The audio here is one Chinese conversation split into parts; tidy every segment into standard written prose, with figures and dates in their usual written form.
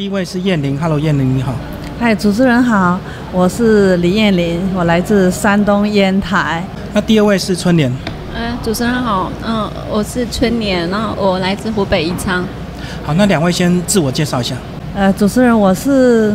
第一位是燕玲 ，Hello， 燕玲你好。 嗨，主持人好，我是李燕玲，我来自山东烟台。 那第二位是春莲。 主持人好，我是春莲，然后我来自湖北宜昌。 好，那两位先自我介绍一下。 主持人，我是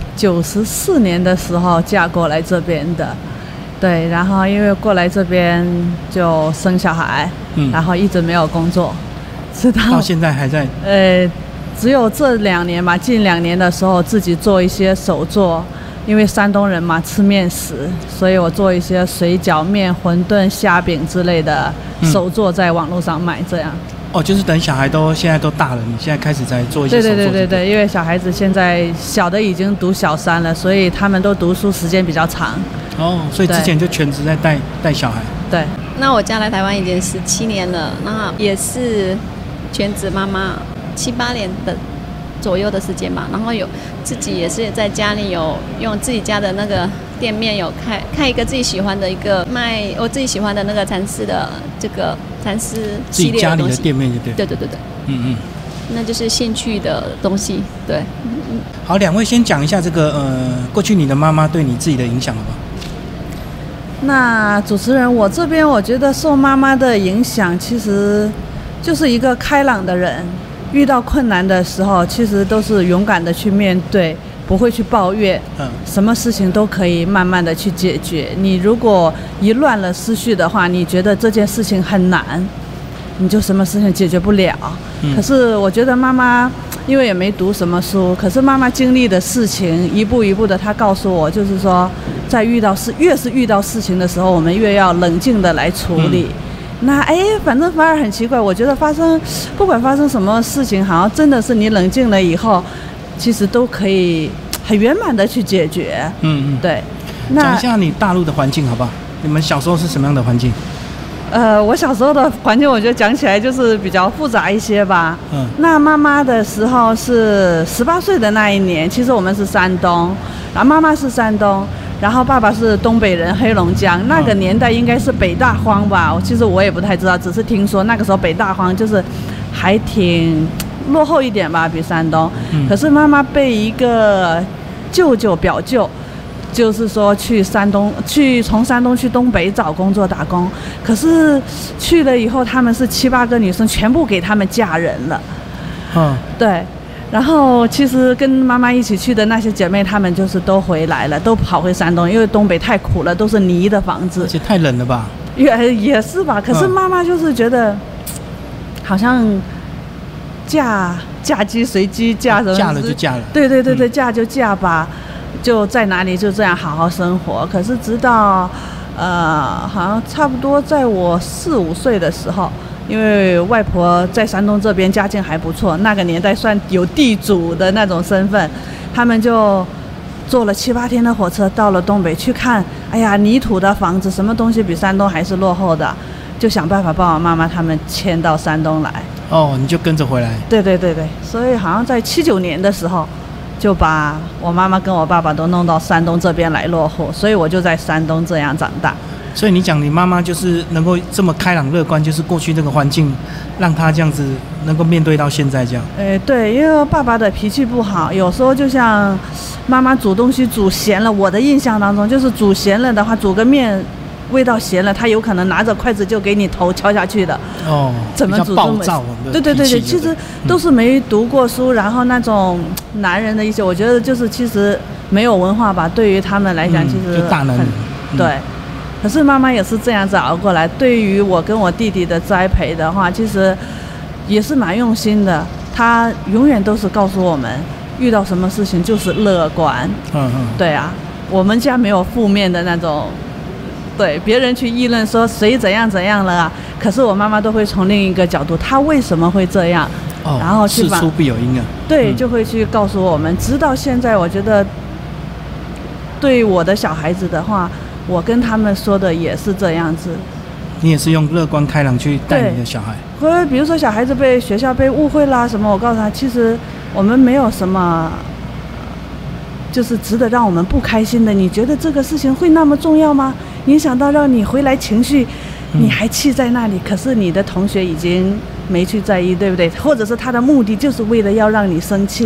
94年的时候嫁过来这边的，对，然后因为过来这边就生小孩，然后一直没有工作，直到现在还在。 只有这2年吧，近2年的时候自己做一些手作，因为山东人嘛吃面食，所以我做一些水饺、面、馄饨、虾饼之类的手作，在网络上卖这样。 就是等小孩现在都大了，你现在开始在做一些手作。 对，因为小孩子现在小的已经读小3了，所以他们都读书时间比较长。 所以之前就全职在带小孩。对。 那我嫁来台湾已经17年了，那也是全职妈妈7-8年的左右的时间吧。然后有自己也是在家里有用自己家的那个店面有开一个自己喜欢的一个卖我自己喜欢的那个蚕丝的这个蚕丝系列的东西。自己家里的店面就对。 对。那就是兴趣的东西。对。 好，两位先讲一下这个过去你的妈妈对你自己的影响好不好？ 那主持人，我这边我觉得受妈妈的影响，其实就是一个开朗的人，遇到困难的时候，其实都是勇敢的去面对，不会去抱怨，什么事情都可以慢慢的去解决。你如果一乱了思绪的话，你觉得这件事情很难，你就什么事情解决不了。可是我觉得妈妈因为也没读什么书，可是妈妈经历的事情一步一步的，她告诉我，就是说在越是遇到事情的时候，我们越要冷静的来处理。那反而很奇怪，我觉得不管发生什么事情，好像真的是你冷静了以后，其实都可以很圆满的去解决。对。 讲一下你大陆的环境好不好？你们小时候是什么样的环境？ 我小时候的环境，我觉得讲起来就是比较复杂一些吧。那妈妈的时候是18岁的那一年，其实我们是山东，然后妈妈是山东，然后爸爸是东北人，黑龙江。那个年代应该是北大荒吧，其实我也不太知道，只是听说那个时候北大荒就是还挺落后一点吧，比山东。可是妈妈被一个舅舅表舅，就是说从山东去东北找工作打工，可是去了以后，他们是7-8个女生全部给他们嫁人了。对。然后其实跟妈妈一起去的那些姐妹，她们就是都回来了，都跑回山东，因为东北太苦了，都是泥的房子， 而且太冷了吧？ 也是吧。可是妈妈就是觉得，好像嫁鸡随鸡，嫁了就嫁了。 对，嫁就嫁吧，就在哪里就这样好好生活。可是直到好像差不多在我4-5岁的时候。因为外婆在山东这边家境还不错，那个年代算有地主的那种身份，他们就坐了7-8天的火车到了东北去看，泥土的房子，什么东西比山东还是落后的，就想办法把我妈妈他们迁到山东来。 你就跟着回来？对， 所以好像在79年的时候，就把我妈妈跟我爸爸都弄到山东这边来落户，所以我就在山东这样长大。 所以你讲你妈妈就是能够这么开朗乐观，就是过去这个环境让她这样子能够面对到现在这样。 对，因为爸爸的脾气不好，有时候就像妈妈煮东西煮咸了，我的印象当中就是煮咸了的话，煮个面味道咸了，他有可能拿着筷子就给你头敲下去的。怎么煮这么暴躁？对，其实都是没读过书，然后那种男人的一些，我觉得就是其实没有文化吧，对于他们来讲，其实就大男人。 对。可是妈妈也是这样子熬过来，对于我跟我弟弟的栽培的话，其实也是蛮用心的。她永远都是告诉我们，遇到什么事情就是乐观。对啊，我们家没有负面的那种，对别人去议论说谁怎样了啊，可是我妈妈都会从另一个角度，她为什么会这样，然后去事出必有因啊。 对，就会去告诉我们。直到现在，我觉得对我的小孩子的话，我跟他们说的也是这样子。 你也是用乐观开朗去带你的小孩？ 或比如说小孩子学校被误会啦什么，我告诉他，其实我们没有什么就是值得让我们不开心的。你觉得这个事情会那么重要吗？影响到让你回来情绪，你还气在那里，可是你的同学已经没去在意，对不对？或者是他的目的就是为了要让你生气。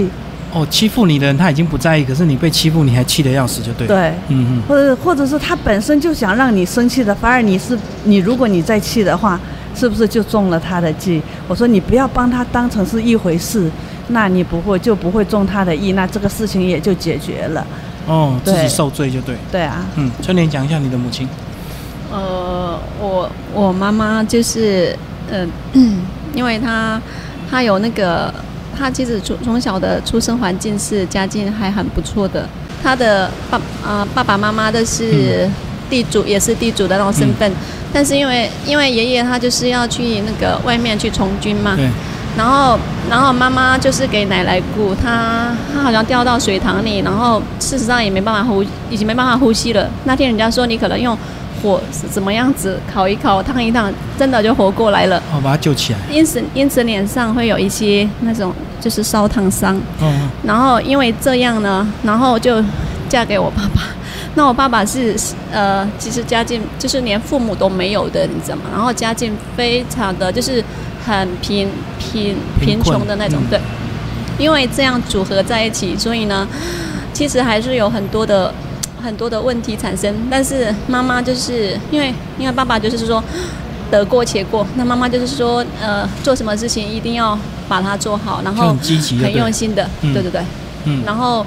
哦，欺负你的人他已经不在意，可是你被欺负，你还气得要死，就对。 对，或者是他本身就想让你生气的，反而你如果你再气的话，是不是就中了他的计？我说你不要帮他当成是一回事，那你不会中他的意，那这个事情也就解决了。 哦，自己受罪就对。 对啊。 春莲讲一下你的母亲。 我妈妈就是因为她有那个。他其实从小的出生环境是家境还很不错的，他的爸爸妈妈都是地主，也是地主的那种身份，但是因为爷爷他就是要去那个外面去从军嘛， 对， 然后妈妈就是给奶奶顾，他好像掉到水塘里，然后事实上也已经没办法呼吸了。那天人家说你可能用火怎么样子烤一烤烫一烫，真的就活过来了。 把他救起来。 因此脸上会有一些那种就是烧烫伤。然后因为这样呢，然后就嫁给我爸爸。那我爸爸是其实家境就是连父母都没有的，你知道吗？然后家境非常的就是很贫穷的那种。对，因为这样组合在一起，所以呢，其实还是有很多的问题产生。但是妈妈就是因为爸爸就是说得过且过，那妈妈就是说做什么事情一定要把它做好，然后很积极， 很用心的。对对对。然后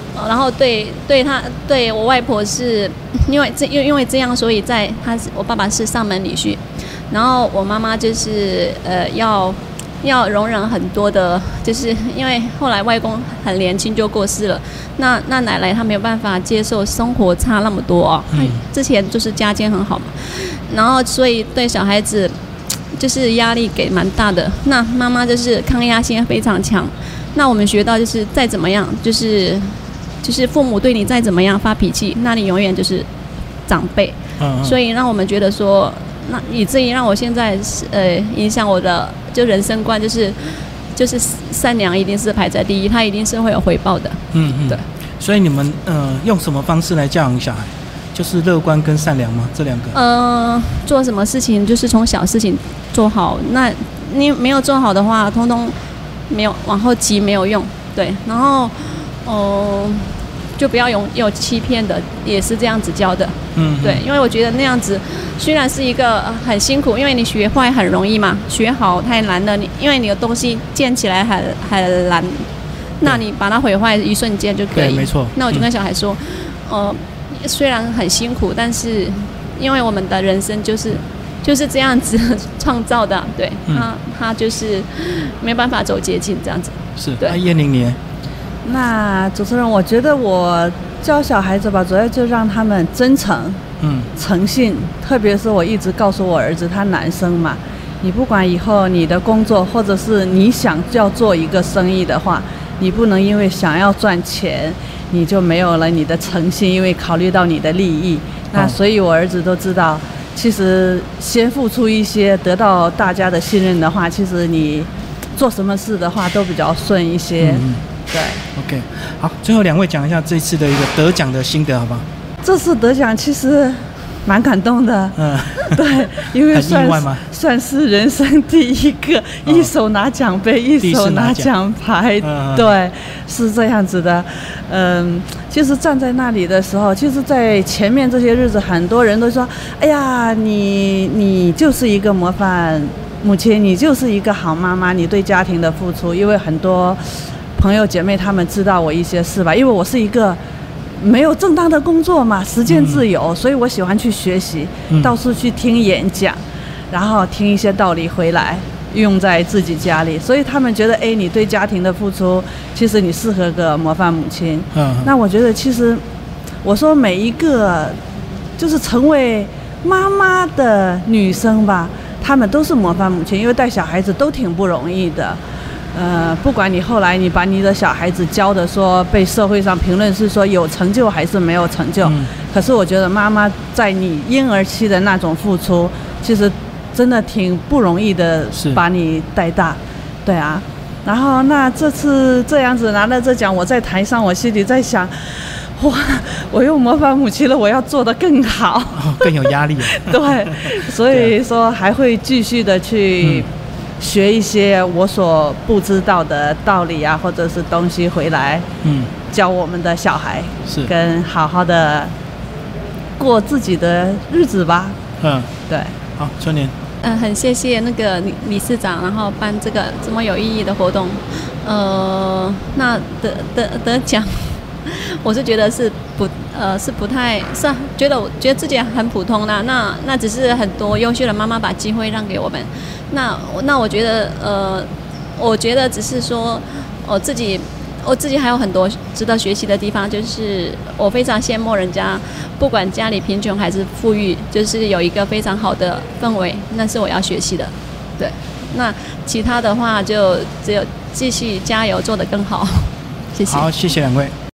对我外婆是因为这样，所以我爸爸是上门女婿，然后我妈妈就是要容忍很多的，就是因为后来外公很年轻就过世了，那奶奶她没有办法接受生活差那么多啊。之前就是家境很好嘛，然后所以对小孩子就是压力给蛮大的。那妈妈就是抗压性非常强。那我们学到就是再怎么样，就是父母对你再怎么样发脾气，那你永远就是长辈。所以让我们觉得说，那以至于让我现在影响我的就人生观，就是善良一定是排在第一，他一定是会有回报的。对。 所以你们用什么方式来教养小孩？就是乐观跟善良吗？这两个？ 做什么事情就是从小事情做好，那你没有做好的话，通通没有往后急没有用。对，然后就不要有欺骗的，也是这样子教的。对，因为我觉得那样子虽然是一个很辛苦，因为你学坏很容易嘛，学好太难了。因为你的东西建起来很难，那你把它毁坏一瞬间就可以。 对，没错。 那我就跟小孩说，虽然很辛苦，但是因为我们的人生就是这样子创造的。对，他就是没办法走捷径这样子。 是。对。燕玲你？ 那主持人，我觉得我教小孩子吧，主要就让他们真诚、诚信。特别是我一直告诉我儿子，他男生嘛，你不管以后你的工作，或者是你想要做一个生意的话，你不能因为想要赚钱，你就没有了你的诚信，因为考虑到你的利益。那所以我儿子都知道，其实先付出一些，得到大家的信任的话，其实你做什么事的话都比较顺一些。对 ，OK， 好，最后两位讲一下这次的一个得奖的心得，好不好？ 这次得奖其实蛮感动的，对，因为算是人生第一个，一手拿奖杯，一手拿奖牌，对，是这样子的。其实站在那里的时候，其实在前面这些日子，很多人都说：“哎呀，你就是一个模范母亲，你就是一个好妈妈，你对家庭的付出。”因为很多朋友姐妹他们知道我一些事吧，因为我是一个没有正当的工作嘛，实践自由，所以我喜欢去学习，到处去听演讲，然后听一些道理回来用在自己家里，所以他们觉得你对家庭的付出，其实你适合个模范母亲。那我觉得其实我说每一个就是成为妈妈的女生吧，她们都是模范母亲，因为带小孩子都挺不容易的。不管你后来你把你的小孩子教的说被社会上评论是说有成就还是没有成就，可是我觉得妈妈在你婴儿期的那种付出，其实真的挺不容易的，把你带大。对啊，然后那这次这样子拿了这奖，我在台上我心里在想，哇，我又模范母亲了，我要做得更好， 更有压力。 对，所以说还会继续的去学一些我所不知道的道理啊，或者是东西回来，教我们的小孩， 是跟好好的过自己的日子吧。对。 好，春莲。 很谢谢那个理事长，然后办这个这么有意义的活动。那得奖，我是觉得是不太是啊，觉得自己很普通啦。那只是很多优秀的妈妈把机会让给我们。那我觉得只是说我自己还有很多值得学习的地方，就是我非常羡慕人家，不管家里贫穷还是富裕，就是有一个非常好的氛围，那是我要学习的。对，那其他的话就只有继续加油，做得更好。谢谢。 好，谢谢两位。